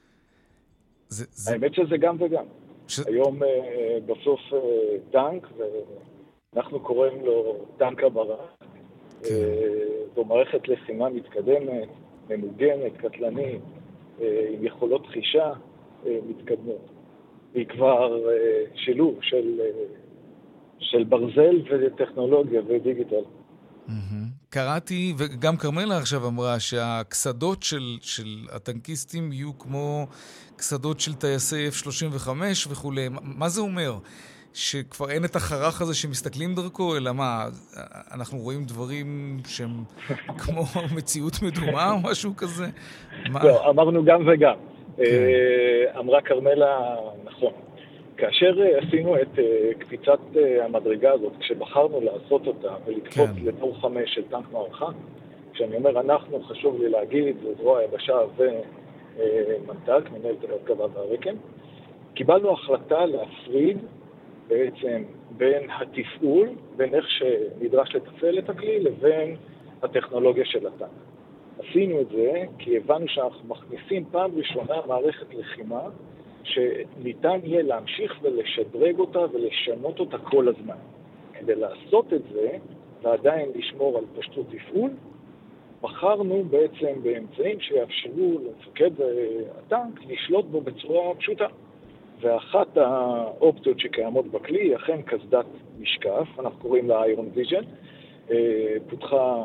האמת שזה גם וגם. היום בסוף טנק, ואנחנו קוראים לו טנק הברק, זו מערכת לחימה מתקדמת, ממוגנת, קטלנית, עם יכולות חישה מתקדמות. היא כבר שילוב של ברזל וטכנולוגיה ודיגיטל.
קראתי, וגם כרמלה עכשיו אמרה, שהקסדות של הטנקיסטים יהיו כמו קסדות של טייסי F-35 וכו'. מה זה אומר? שכבר אין את החרך הזה שמסתכלים דרכו, אלא מה, אנחנו רואים דברים שהם כמו מציאות מדומה או משהו כזה?
לא, אמרנו גם וגם. אמרה כרמלה, נכון. כאשר עשינו את קפיצת המדרגה הזאת, כשבחרנו לעשות אותה ולקפוץ לדור 5 של טנק מערכה, כשאני אומר אנחנו, חשוב לי להגיד, זה זרוע היבשה ומנת"ק, מנהלת המרכבה והרק"ם, קיבלנו החלטה להפריד בעצם בין התפעול, בין איך שנדרש לתפעל את הכלי, לבין הטכנולוגיה של הטנק. עשינו את זה כי הבנו שאנחנו מכניסים פעם ראשונה מערכת לחימה, שניתן יהיה להמשיך ולשדרג אותה ולשנות אותה כל הזמן. כדי לעשות את זה, ועדיין לשמור על פשטות תפעול, בחרנו בעצם באמצעים שיאפשרו למפקד הטנק לשלוט בו בצורה פשוטה. ואחת האופציות שקיימות בכלי היא אכן קסדת משקף, אנחנו קוראים לה Iron Vision, פותחה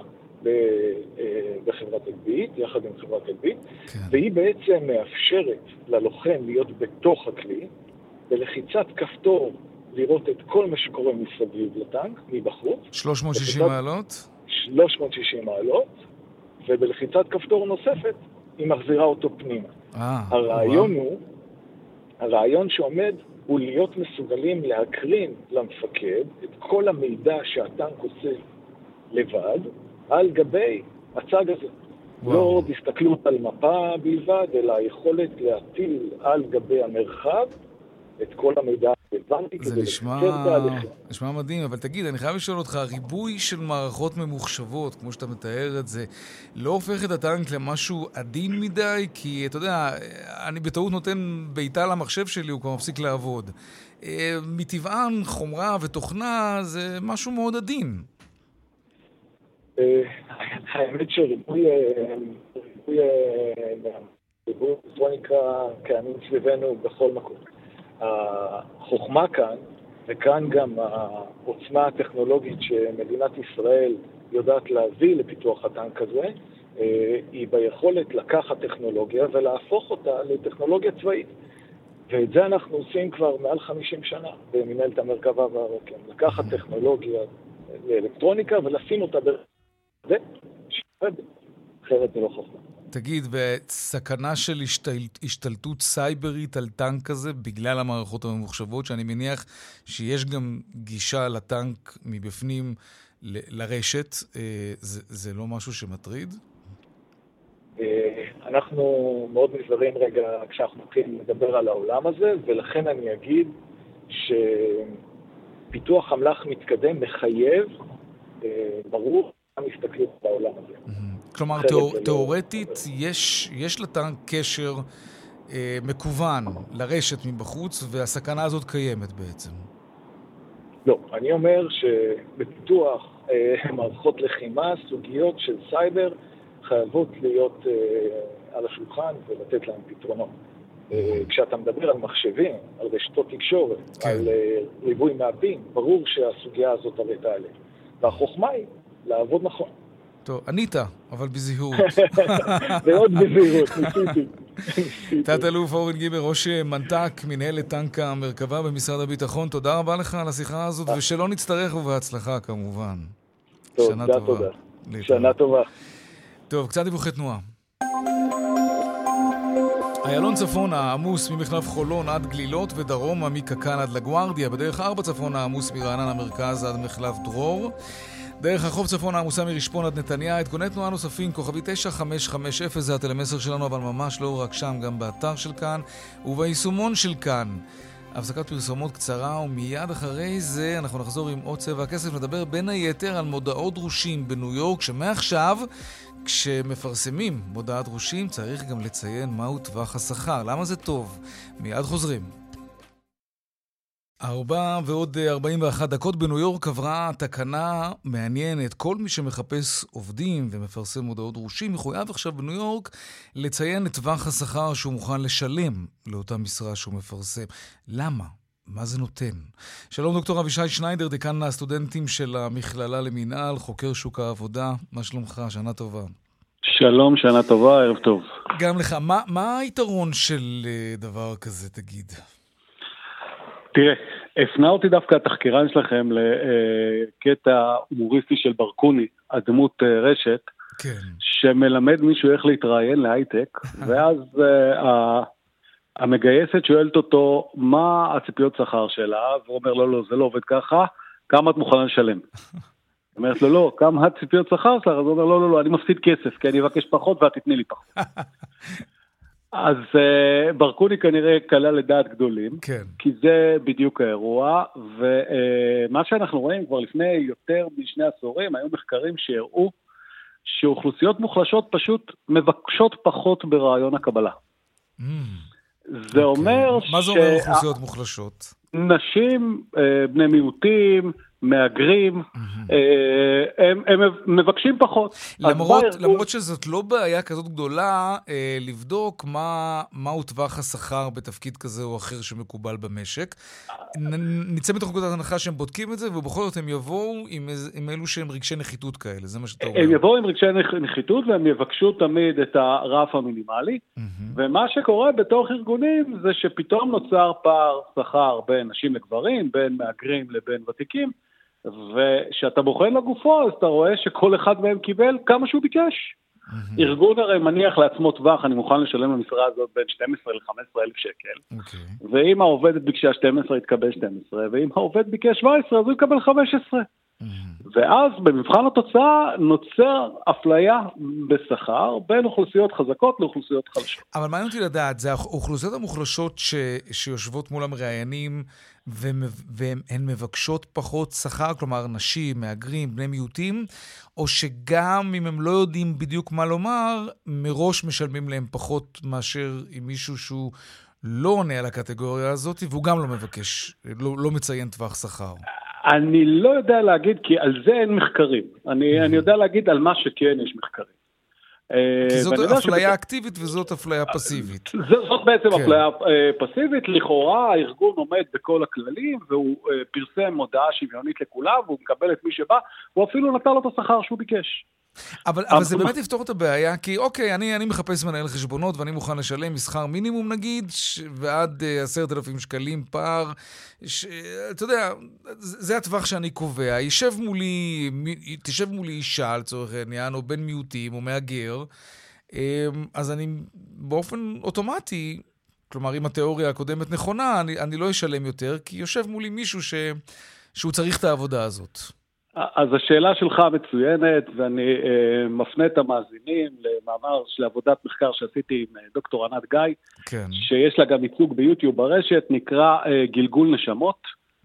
בחברת אלביט, יחד עם חברת אלביט, והיא בעצם מאפשרת ללוחם להיות בתוך הכלי, בלחיצת כפתור לראות את כל מה שקורה מסביב לטנק, מבחוץ.
360 מעלות?
360 מעלות, ובלחיצת כפתור נוספת היא מחזירה אותו פנימה. הרעיון שעומד הוא להיות מסוגלים להקרין למפקד את כל המידע שהטנק עושה לבד על גבי הצג הזה. לא עוד הסתכלות על מפה בלבד, אלא היכולת להטיל על גבי המרחב את כל המידע הרלוונטי.
זה נשמע מדהים, אבל תגיד, אני חייב לשאול אותך, הריבוי של מערכות ממוחשבות, כמו שאתה מתאר את זה, לא הופך את הטנק למשהו עדין מדי? כי אתה יודע, אני בטעות נותן ביתה למחשב שלי, הוא כבר מפסיק לעבוד. מטבען, חומרה ותוכנה, זה משהו מאוד עדין.
האמת שריבוי אלקטרוניקה קיימים סביבנו בכל מקום. החוכמה כאן וכאן גם העוצמה הטכנולוגית שמדינת ישראל יודעת להביא לפיתוח הטנק הזה, היא ביכולת לקחת טכנולוגיה ולהפוך אותה לטכנולוגיה צבאית. ואת זה אנחנו עושים כבר מעל 50 שנה במנהלת המרכבה והרוקם. לקחת טכנולוגיה לאלקטרוניקה ולשים אותה בזה, אחרת זה לא חוכמה.
תגיד, בסכנה של השתלטות סייברית על טנק כזה, בגלל המערכות הממוחשבות, שאני מניח שיש גם גישה לטנק מבפנים לרשת, זה לא משהו שמטריד?
אנחנו מאוד נזהרים רגע כשאנחנו מתחילים לדבר על העולם הזה, ולכן אני אגיד שפיתוח אמל"ח מתקדם מחייב, ברור, מסתכלות בעולם הזה.
כלומר, תיאורטית, יש לטנק קשר מקוון לרשת מבחוץ, והסכנה הזאת קיימת בעצם.
לא, אני אומר שבפיתוח מערכות לחימה, סוגיות של סייבר, חייבות להיות על השולחן ולתת להם פתרונות. כשאתה מדבר על מחשבים, על רשתות תקשורת, על ריבוי מעבים, ברור שהסוגיה הזאת הרי תעלה. והחוכמה היא לעבוד נכון.
טוב, ענית, אבל בזהירות.
ועוד בזהירות, ניסיתי.
תת-אלוף אורן גיבר, ראש מנת"ק, מנהלת טנק המרכבה במשרד הביטחון, תודה רבה לך על השיחה הזאת, ושלא נצטרך ובהצלחה כמובן.
תודה, תודה. שנה טובה.
טוב, קצת דיווחי תנועה. איילון צפונה עמוס ממחלף חולון עד גלילות ודרומה מקק"ל עד לגוארדיה. בדרך 4 צפונה עמוס מרעננה מרכז עד מחלף דרור. דרך החוף צפונה עמוסה מרשפון עד נתניה. עדכוני תנועה נוספים כוכבי 9550 זה הטלמסר שלנו, אבל ממש לא רק שם, גם באתר של כאן וביישומון של כאן. הפסקת פרסומות קצרה, ומיד אחרי זה אנחנו נחזור עם עוד צבע הכסף. נדבר בין היתר על מודעות דרושים בניו יורק, שמעכשיו כשמפרסמים מודעת דרושים צריך גם לציין מהו טווח השכר. למה זה טוב? מיד חוזרים. 4:41 בניו יורק עברה תקנה מעניינת. כל מי שמחפש עובדים ומפרסם מודעות דרושים מחויב עכשיו בניו יורק לציין את טווח השכר שהוא מוכן לשלם לאותה משרה שהוא מפרסם. למה? מה זה נותן? שלום דוקטור אבישי שניידר, דיקן הסטודנטים של המכללה למינהל, חוקר שוק העבודה. מה שלומך? שנה טובה.
שלום, שנה טובה, ערב טוב.
גם לך. מה היתרון של דבר כזה, תגיד?
תראה, הפנה אותי דווקא התחקירן שלכם לקטע הומוריסטי של ברקוני, הדמות רשת,
כן.
שמלמד מישהו איך להתראיין להייטק, ואז המגייסת שואלת אותו מה הציפיות שכר שלה, והוא אומר לא, זה לא עובד ככה, כמה את מוכנה לשלם? אומרת לו לא, כמה הציפיות שכר שלך? אז הוא אומר לא, אני מפסיד כסף, כי אני אבקש פחות ואת תתני לי פחות. אז ברקוני כנראה קלה לדעת גדולים,
כן.
כי זה בדיוק האירוע, ומה שאנחנו רואים כבר לפני יותר משני עשורים, היו מחקרים שהראו שאוכלוסיות מוחלשות פשוט מבקשות פחות ברעיון הקבלה. זה אומר
מה זה אומר אוכלוסיות מוחלשות?
נשים, בני מיעוטים, מהגרים, הם מבקשים פחות.
למרות שזאת לא בעיה כזאת גדולה לבדוק מהו טווח השכר בתפקיד כזה או אחר שמקובל במשק. נצא מתוך נקודת הנחה שהם בודקים את זה, ובכל זאת הם יבואו עם אלו שהם רגשי נחיתות כאלה, זה מה שאתה אומר.
הם יבואו עם רגשי נחיתות והם יבקשו תמיד את הרף המינימלי, ומה שקורה בתוך ארגונים זה שפתאום נוצר פער שכר בין נשים לגברים, בין מהגרים לבין ותיקים, ושאתה בוחן לגופו, אז אתה רואה שכל אחד מהם קיבל כמה שהוא ביקש. ארגון הרי מניח לעצמו טווח, אני מוכן לשלם למשרה הזאת בין 12 ל-15 אלף שקל. ואם העובדת ביקשה 12, יתקבל 12, ואם העובד ביקש 17, אז הוא יקבל 15. ואז במבחן התוצאה נוצר אפליה בשכר בין אוכלוסיות חזקות לאוכלוסיות חלשות.
אבל מעניין אותי לדעת, זה האוכלוסיות המוחלשות שיושבות מול המראיינים והן מבקשות פחות שכר, כלומר נשים, מהגרים, בני מיעוטים, או שגם אם הם לא יודעים בדיוק מה לומר, מראש משלמים להם פחות מאשר עם מישהו שהוא לא עונה על הקטגוריה הזאת, והוא גם לא מבקש, לא מציין טווח שכר.
אני לא יודע להגיד, כי על זה אין מחקרים. אני יודע להגיד על מה שכן יש מחקרים.
כי זאת אפליה אקטיבית וזאת אפליה פסיבית.
זאת בעצם אפליה פסיבית. לכאורה הארגון עומד בכל הכללים, והוא פרסם מודעה שוויונית לכולם, והוא מקבל את מי שבא, הוא אפילו נתן לו את השכר שהוא ביקש.
אבל זה באמת יפתור את הבעיה, כי אוקיי, אני מחפש מנהל חשבונות, ואני מוכן לשלם משכר מינימום נגיד, ועד 10,000 שקלים פער, אתה יודע, זה הטווח שאני קובע. תשב מולי אישה, לצורך העניין, או בן מיעוטים, או מהגר, אז אני באופן אוטומטי, כלומר, אם התיאוריה הקודמת נכונה, אני לא אשלם יותר, כי יושב מולי מישהו שהוא צריך את העבודה הזאת.
אז השאלה שלך מצוינת, ואני מפנה את המאזינים למאמר של עבודת מחקר שעשיתי עם דוקטור ענת גיא,
כן.
שיש לה גם ייצוג ביוטיוב ברשת, נקרא גלגול נשמות.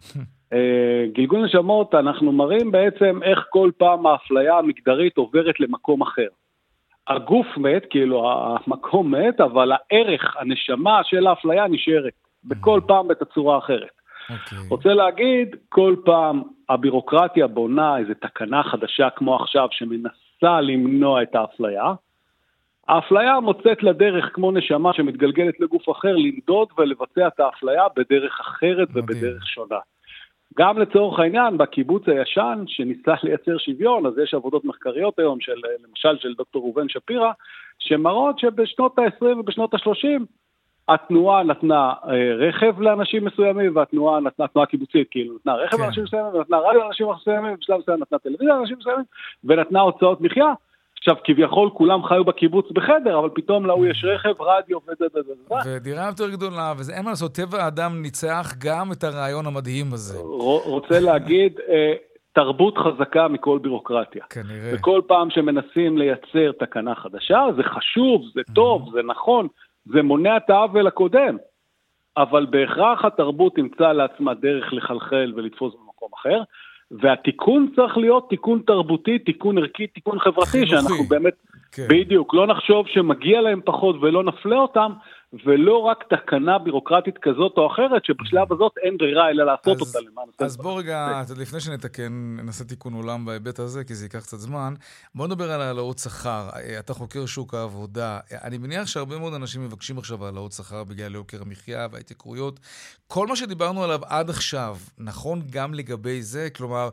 גלגול נשמות, אנחנו מראים בעצם איך כל פעם האפליה המגדרית עוברת למקום אחר. הגוף מת, כאילו המקום מת, אבל הערך, הנשמה של האפליה נשארת, בכל פעם בתצורה אחרת. רוצה להגיד, כל פעם הבירוקרטיה בונה איזו תקנה חדשה כמו עכשיו שמנסה למנוע את האפליה. האפליה מוצאת לדרך כמו נשמה שמתגלגלת לגוף אחר למדוד ולבצע את האפליה בדרך אחרת ובדרך שונה. גם לצורך העניין בקיבוץ הישן שניסה לייצר שוויון, אז יש עבודות מחקריות היום למשל של דוקטור ראובן שפירא, שמראות שבשנות ה-20 ובשנות ה-30 התנועה נתנה רכב לאנשים מסוימים, והתנועה נתנה תנועה קיבוצית, כאילו נתנה רכב לאנשים מסוימים, ונתנה רדיו לאנשים מסוימים, בשלב מסוים נתנה טלוויזיה לאנשים מסוימים, ונתנה הוצאות מחיה. עכשיו, כביכול כולם חיו בקיבוץ בחדר, אבל פתאום להוא יש רכב, רדיו
ודירה יותר גדולה, וזה אין מה לעשות, טבע האדם ניצח גם את הרעיון המדהים הזה.
רוצה להגיד, תרבות חזקה מכל בירוקרטיה.
כנראה.
וכל פעם שמנסים לייצר תקנה חדשה, זה חשוב, זה טוב, זה נכון, זה מונע את העוול הקודם, אבל בהכרח התרבות תמצא לעצמה דרך לחלחל ולתפוס במקום אחר, והתיקון צריך להיות תיקון תרבותי, תיקון ערכי, תיקון חברתי, שאנחנו באמת, בדיוק, לא נחשוב שמגיע להם פחות ולא נפלה אותם, ולא רק תקנה בירוקרטית כזאת או אחרת, שבשלב הזאת אין ברירה אלא לעשות אותה למען.
אז בוא רגע, לפני שנתקן, נעשה תיקון עולם בהיבט הזה, כי זה ייקח קצת זמן, בוא נדבר על העלאות שכר. אתה חוקר שוק העבודה. אני מניח שהרבה מאוד אנשים מבקשים עכשיו העלאות שכר בגלל יוקר המחיה וההתייקרויות. כל מה שדיברנו עליו עד עכשיו, נכון גם לגבי זה? כלומר,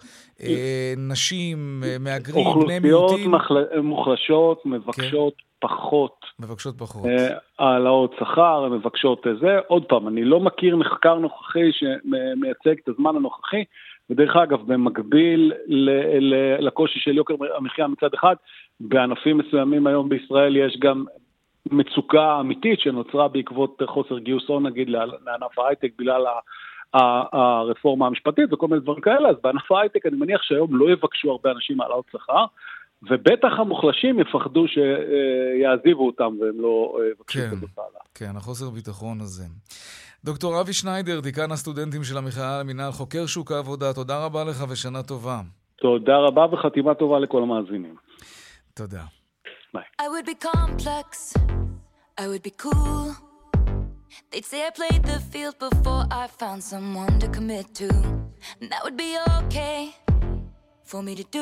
נשים, מהגרים, בני מיעוטים.
אוכלוסיות מוחלשות מבקשות פחות.
מבקשות פחות.
העלאות שכר, מבקשות זה. עוד פעם, אני לא מכיר מחקר נוכחי שמייצג את הזמן הנוכחי, ודרך אגב, במקביל לקושי של יוקר המחיה מצד אחד, בענפים מסוימים היום בישראל יש גם מצוקה אמיתית שנוצרה בעקבות חוסר גיוס הון, נגיד, לענף ההייטק, בגלל הרפורמה המשפטית וכל מיני דברים כאלה. אז בענף ההייטק אני מניח שהיום לא יבקשו הרבה אנשים העלאות שכר, ובטח המוחלשים יפחדו שיעזיבו אותם והם לא יבקשו את הפעלה.
כן, החוסר ביטחון הזה. דוקטור אבי שניידר, דיקן הסטודנטים של המכללה למינהל, חוקר שוק העבודה, תודה רבה לך ושנה טובה.
תודה רבה וחתימה טובה לכל המאזינים.
תודה.
ביי.
I would be complex, I would be cool. They'd say I played the field before I found someone to commit to. And that would be okay for me to do.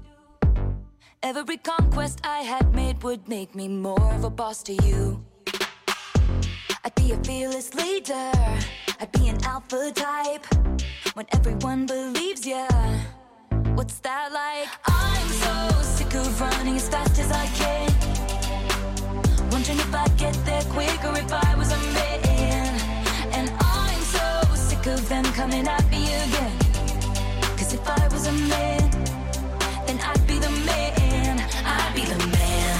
Every conquest I had made would make me more of a boss to you. I'd be a fearless leader, I'd be an alpha type. When everyone believes ya, what's that like? I'm so sick of running as fast as I can, wondering if I'd get there quicker if I was a man. And I'm so sick of them coming at me again, 'cause if I was a man, then I'd be the man, I'd be the man,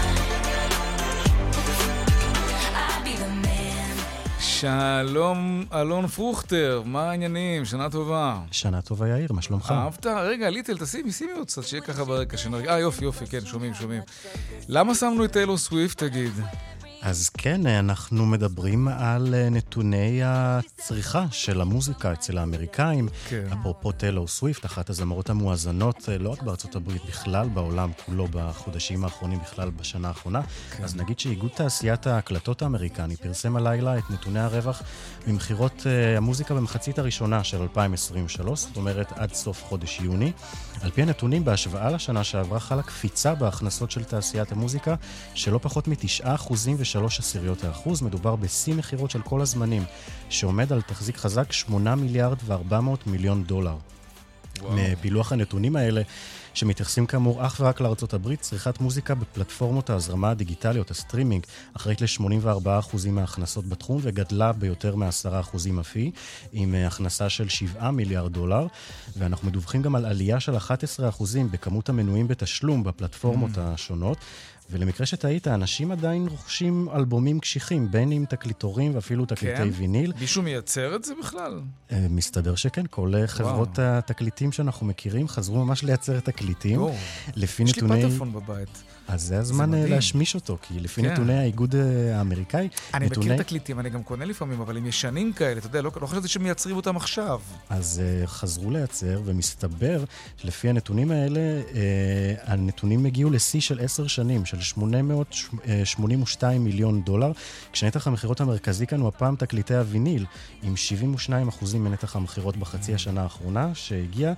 I'd be the man.
שלום, אלון פרוכטר, מה העניינים? שנה טובה.
שנה טובה יאיר, מה שלומך?
אהבת? רגע, ליטל, תשימי עוד קצת, שיהיה ככה ברקע שנרגע. יופי, כן, שומעים. למה שמנו את טיילור סוויפט, תגיד?
אז כן, אנחנו מדברים על נתוני הצריכה של המוזיקה אצל האמריקאים. כן. אפרופו טיילור סוויפט, אחת הזמרות המואזנות, לא רק בארצות הברית, בכלל בעולם כולו בחודשים האחרונים, בכלל בשנה האחרונה. כן. אז נגיד שאיגוד תעשיית ההקלטות האמריקני פרסם הלילה את נתוני הרווח ממחירות המוזיקה במחצית הראשונה של 2023, זאת אומרת עד סוף חודש יוני. על פי הנתונים, בהשוואה לשנה שעברה חלה קפיצה בהכנסות של תעשיית המוזיקה, שלא פחות מ9.3%. מדובר בשיא מחירות של כל הזמנים, שעומד על תחזיק חזק 8 מיליארד ו400 מיליון דולר. מפילוח הנתונים האלה, שמתייחסים כאמור אך ורק לארצות הברית, צריכת מוזיקה בפלטפורמות ההזרמה הדיגיטליות, הסטרימינג, אחראית ל-84% מההכנסות בתחום, וגדלה ביותר מ10% אף היא, עם הכנסה של 7 מיליארד דולר, ואנחנו מדווחים גם על עלייה של 11% בכמות המנויים בתשלום בפלטפורמות השונות, ולמקרה שתהית, האנשים עדיין רוכשים אלבומים קשיחים, בין עם תקליטורים ואפילו תקליטי ויניל.
מישהו מייצר את זה בכלל?
מסתבר שכן, כל חברות התקליטים שאנחנו מכירים חזרו ממש לייצר תקליטים. יש
לי פטפון בבית.
אז זה הזמן להשמיש אותו, כי לפי נתוני האיגוד האמריקאי...
אני מכיר תקליטים, אני גם קונה לפעמים, אבל הם ישנים כאלה, אתה יודע, לא חשבתי שמייצרים אותם עכשיו.
אז חזרו לייצר, ומסתבר שלפי הנתונים האלה, הנתונים הגיעו לשיא של 10 שנים, של 882 מיליון דולר, כשנתח המחירות המרכזי כאן הוא הפעם תקליטי הוויניל, עם 72% מנתח המחירות בחצי השנה האחרונה, שהגיע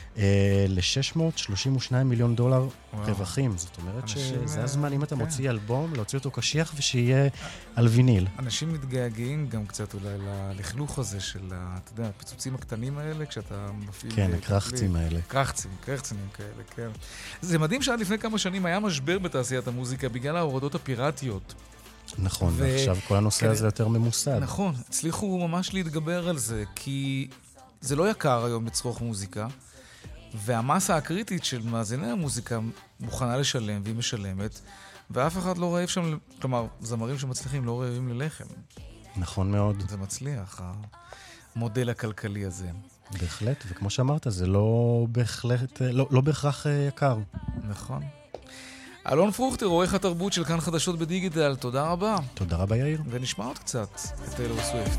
ל-632 מיליון דולר רווחים. זאת אומרת שזה הזמן, אם אתה מוציא אלבום, להוציא אותו קשיח ושיהיה על ויניל.
אנשים מתגעגעים גם קצת אולי ללכלוך הזה של, אתה יודע, הפיצוצים הקטנים האלה, כשאתה מפעיל...
כן, הקרחצים האלה.
קרחצים כאלה, כן. זה מדהים שעד לפני כמה שנים היה משבר בתעשיית המוזיקה בגלל ההורדות הפיראטיות.
נכון, ועכשיו כל הנושא הזה יותר ממוסד.
נכון, הצליחו ממש להתגבר על זה, כי זה לא יקר היום לצרוך מוזיקה, והמסה הקריטית של מאזיני המוזיקה מוכנה לשלם והיא משלמת, ואף אחד לא רעב שם, כלומר, זמרים שמצליחים לא רעבים ללחם.
נכון מאוד.
זה מצליח, המודל הכלכלי הזה.
בהחלט, וכמו שאמרת, זה לא בהכרח יקר.
נכון. אלון פרוכטר, עורך התרבות של כאן חדשות בדיגיטל, תודה רבה.
תודה רבה, יאיר.
ונשמע עוד קצת את טיילור סוויפט.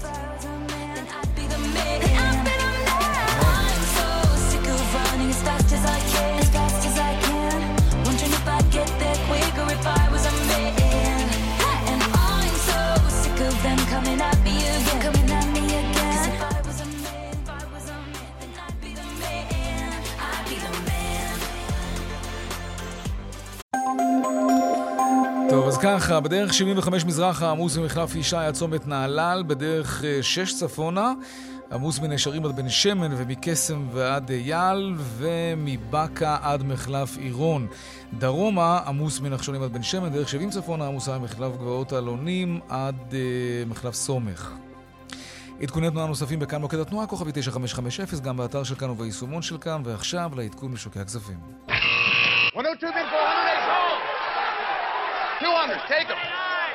As fast as I can, wondering if I'd get there quicker if I was a man. And I'm so sick of them coming at me again. 'Cause if I was a man, then I'd be the man. I'd be the man.
טוב, אז ככה, בדרך 75 מזרחה עמוס ממחלף ישי עד צומת נהלל, בדרך 6 צפונה עמוס מנשרים עד בן שמן ומקסם ועד אייל ומבקה עד מחלף עירון. דרומה עמוס מנחשונים עד בן שמן, דרך 70 צפונה עמוסה ממחלף גבעות אלונים עד מחלף סומך. עדכוני תנועה נוספים בכאן מוקד התנועה, כוכבי 9550, גם באתר של כאן וביישומון של כאן, ועכשיו לעדכון משוקי הכספים.
102 bid 400, 200, take them.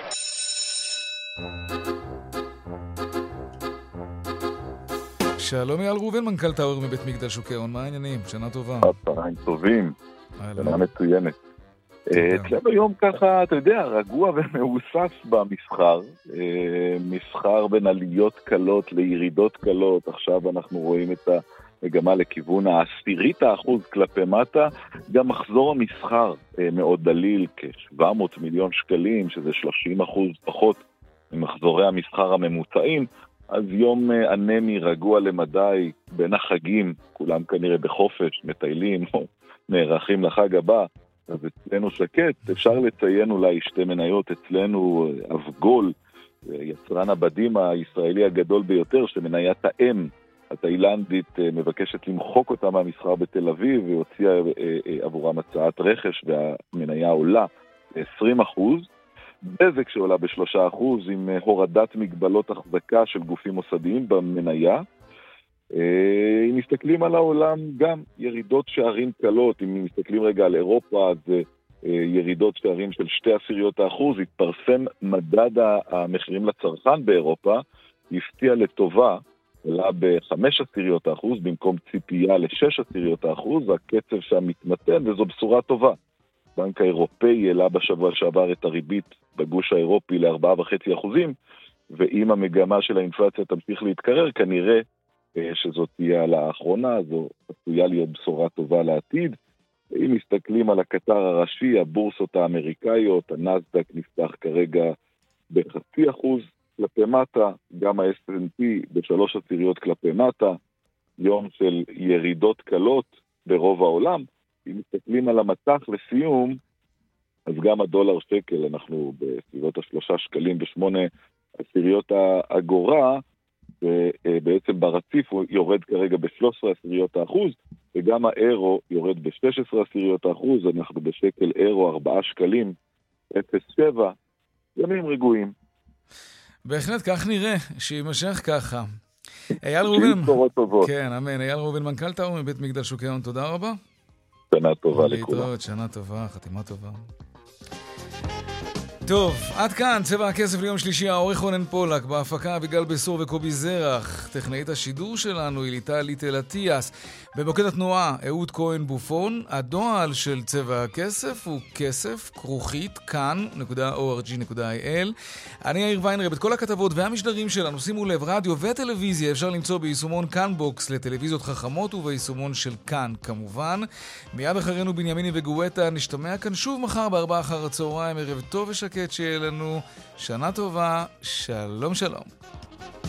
שלום אייל ראובן, מנכ"ל טאואר מבית מגדל שוקי ההון, מה העניינים? שנה טובה.
צהריים טובים, שנה מצוינת. אצלנו יום ככה, אתה יודע, רגוע ומאוסף במסחר, מסחר בין עליות קלות לירידות קלות, עכשיו אנחנו רואים את המגמה לכיוון 10% כלפי מטה, גם מחזור המסחר מאוד דליל, כ-700 מיליון שקלים, שזה 30% פחות ממחזורי המסחר הממוצעים, אז יום אנמי רגוע למדי בין החגים, כולם כנראה בחופש, מטיילים או נערכים לחג הבא, אז אצלנו שקט. אפשר לציין אולי שתי מניות, אצלנו אבגול, יצרן הבדים הישראלי הגדול ביותר, שמניית האם התאילנדית מבקשת למחוק אותה מהמסחר בתל אביב, והוציאה עבורם הצעת רכש, והמניה עולה 20%. בזק שעולה ב3% עם הורדת מגבלות החזקה של גופים מוסדיים במניה. אם מסתכלים על העולם, גם ירידות שערים קלות. אם מסתכלים רגע על אירופה, אז ירידות שערים של 0.2%. התפרסם מדד המחירים לצרכן באירופה, הפתיע לטובה, עלה ב0.5% במקום ציפייה ל6%. הקצב שם מתמתן, וזו בשורה טובה. הבנק האירופאי העלה בשבוע שעבר את הריבית בגוש האירופי ל4.5%, ואם המגמה של האינפלציה תמשיך להתקרר, כנראה שזאת תהיה לאחרונה, זו עשויה להיות בשורה טובה לעתיד. אם מסתכלים על הקטר הראשי, הבורסות האמריקאיות, הנסדק נפתח כרגע ב0.5% כלפי מטה, גם ה-S&P ב3 כלפי מטה, יום של ירידות קלות ברוב העולם. אם מסתכלים על המתח לסיום, אז גם הדולר שקל, אנחנו בסביבות 3 שקלים ב8 אגורה, ובעצם ברציף הוא יורד כרגע ב13%, וגם האירו יורד ב16%, אנחנו בשקל אירו 4 שקלים 0.7, ימים רגועים.
בהחלט כך נראה, שימשך ככה. אייל רובין, כן, אמן. אייל רובין, מנכ"ל טאוב מבית מגדל שוק ההון, תודה רבה.
שנה טובה לכולם.
להתראות, שנה טובה, חתימה טובה. טוב, עד כאן צבע הכסף ליום שלישי, העורך רונן פולק, בהפקה אביגל בסור וקובי זרח, טכנאית השידור שלנו היא ליטל אטיאס, במוקד התנועה אהוד כהן בופון. הדואל של צבע הכסף הוא כסף@כאן.org.il. אני יאיר ויינרב. את כל הכתבות והמשדרים שלנו, שימו לב, רדיו וטלוויזיה אפשר למצוא ביישומון כאן בוקס לטלוויזיות חכמות וביישומון של כאן כמובן. מיד אחרינו בנימיני וגואטה, נשתמע כאן שוב מחר ב4 אחר הצהריים. ערב טוב ושקט שיהיה לנו, שנה טובה, שלום שלום.